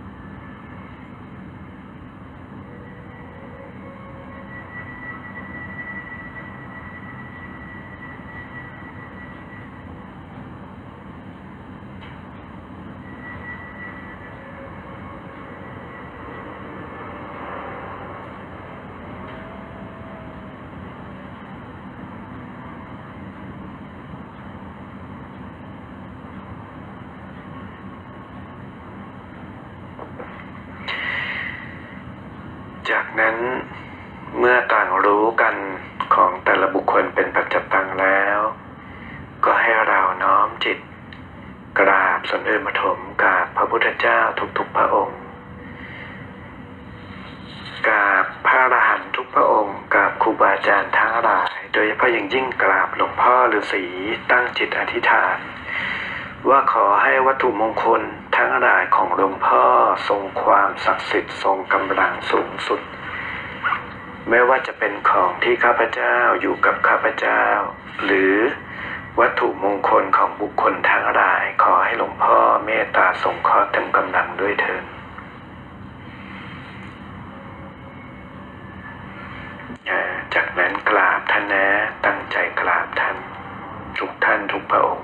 จากนั้นเมื่อต่างรู้กันของแต่ละบุคคลเป็นปัจจุบันแล้วก็ให้เราน้อมจิตกราบสมเด็จปฐมกราบพระพุทธเจ้าทุกๆพระองค์กราบพระอรหันต์ทุกพระองค์กราบครูบาอาจารย์ทั้งหลายโดยเฉพาะอย่างยิ่งกราบหลวงพ่อฤาษีตั้งจิตอธิษฐานว่าขอให้วัตถุมงคลทั้งหลายของหลวงพ่อทรงความศักดิ์สิทธิ์ทรงกำลังสูงสุดไม่ว่าจะเป็นของที่ข้าพเจ้าอยู่กับข้าพเจ้าหรือวัตถุมงคลของบุคคลทั้งหลายขอให้หลวงพ่อเมตตาสงเคราะห์เต็มกำลังด้วยเถิดจากนั้นกราบท่านนะตั้งใจกราบท่านทุกท่านทุกพระองค์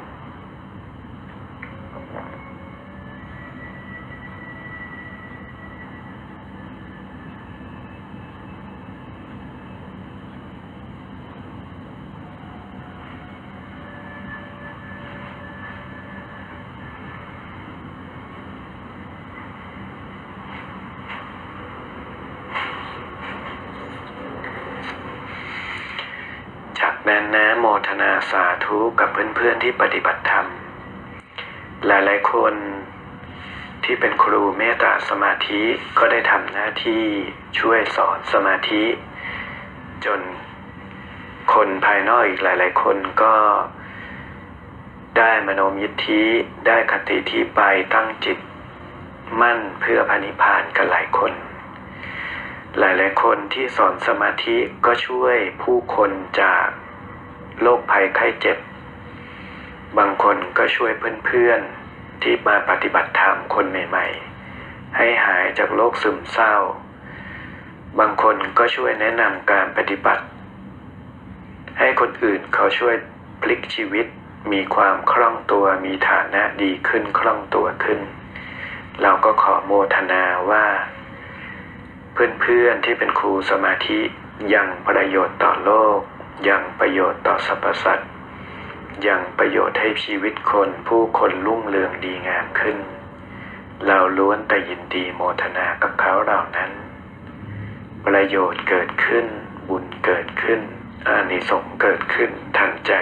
นั้นนะโมทนาสาธุกับเพื่อนๆที่ปฏิบัติธรรมหลายๆคนที่เป็นครูเมตตาสมาธิก็ได้ทำหน้าที่ช่วยสอนสมาธิจนคนภายนอกอีกหลายๆคนก็ได้มโนมยิทธิได้คติที่ไปตั้งจิตมั่นเพื่อพระนิพพานกันหลายคนหลายๆคนที่สอนสมาธิก็ช่วยผู้คนจากโรคภัยไข้เจ็บบางคนก็ช่วยเพื่อนๆที่มาปฏิบัติธรรมคนใหม่ๆให้หายจากโรคซึมเศร้าบางคนก็ช่วยแนะนำการปฏิบัติให้คนอื่นเขาช่วยพลิกชีวิตมีความคล่องตัวมีฐานะดีขึ้นคล่องตัวขึ้นเราก็ขอโมทนาว่าเพื่อนๆที่เป็นครูสมาธิยังประโยชน์ต่อโลกยังประโยชน์ต่อสรรพสัตว์ยังประโยชน์ให้ชีวิตคนผู้คนรุ่งเรืองดีงามขึ้นเราล้วนแต่ยินดีโมทนากับเขาเหล่านั้นประโยชน์เกิดขึ้นบุญเกิดขึ้นอานิสงส์เกิดขึ้นทางใจ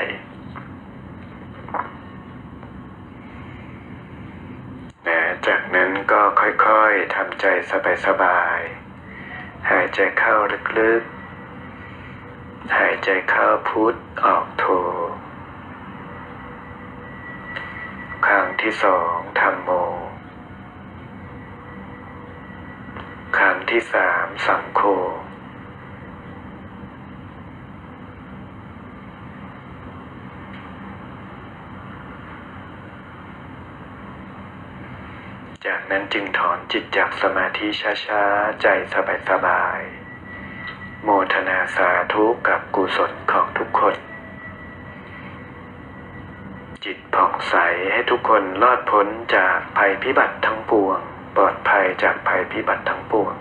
จากนั้นก็ค่อยๆทำใจสบายๆหายใจเข้าลึกๆหายใจเข้าพุทออกโทครั้งที่สองธัมโมครั้งที่สามสังโฆจากนั้นจึงถอนจิตจากสมาธิช้าๆใจสบายๆโมทนาสาธุกับกุศลของทุกคนจิตผ่องใสให้ทุกคนรอดพ้นจากภัยพิบัติทั้งปวงปลอดภัยจากภัยพิบัติทั้งปวง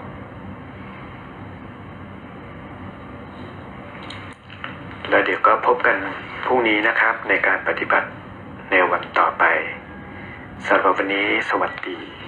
แล้วเดี๋ยวก็พบกันพรุ่งนี้นะครับในการปฏิบัติในวันต่อไปสำหรับวันนี้สวัสดี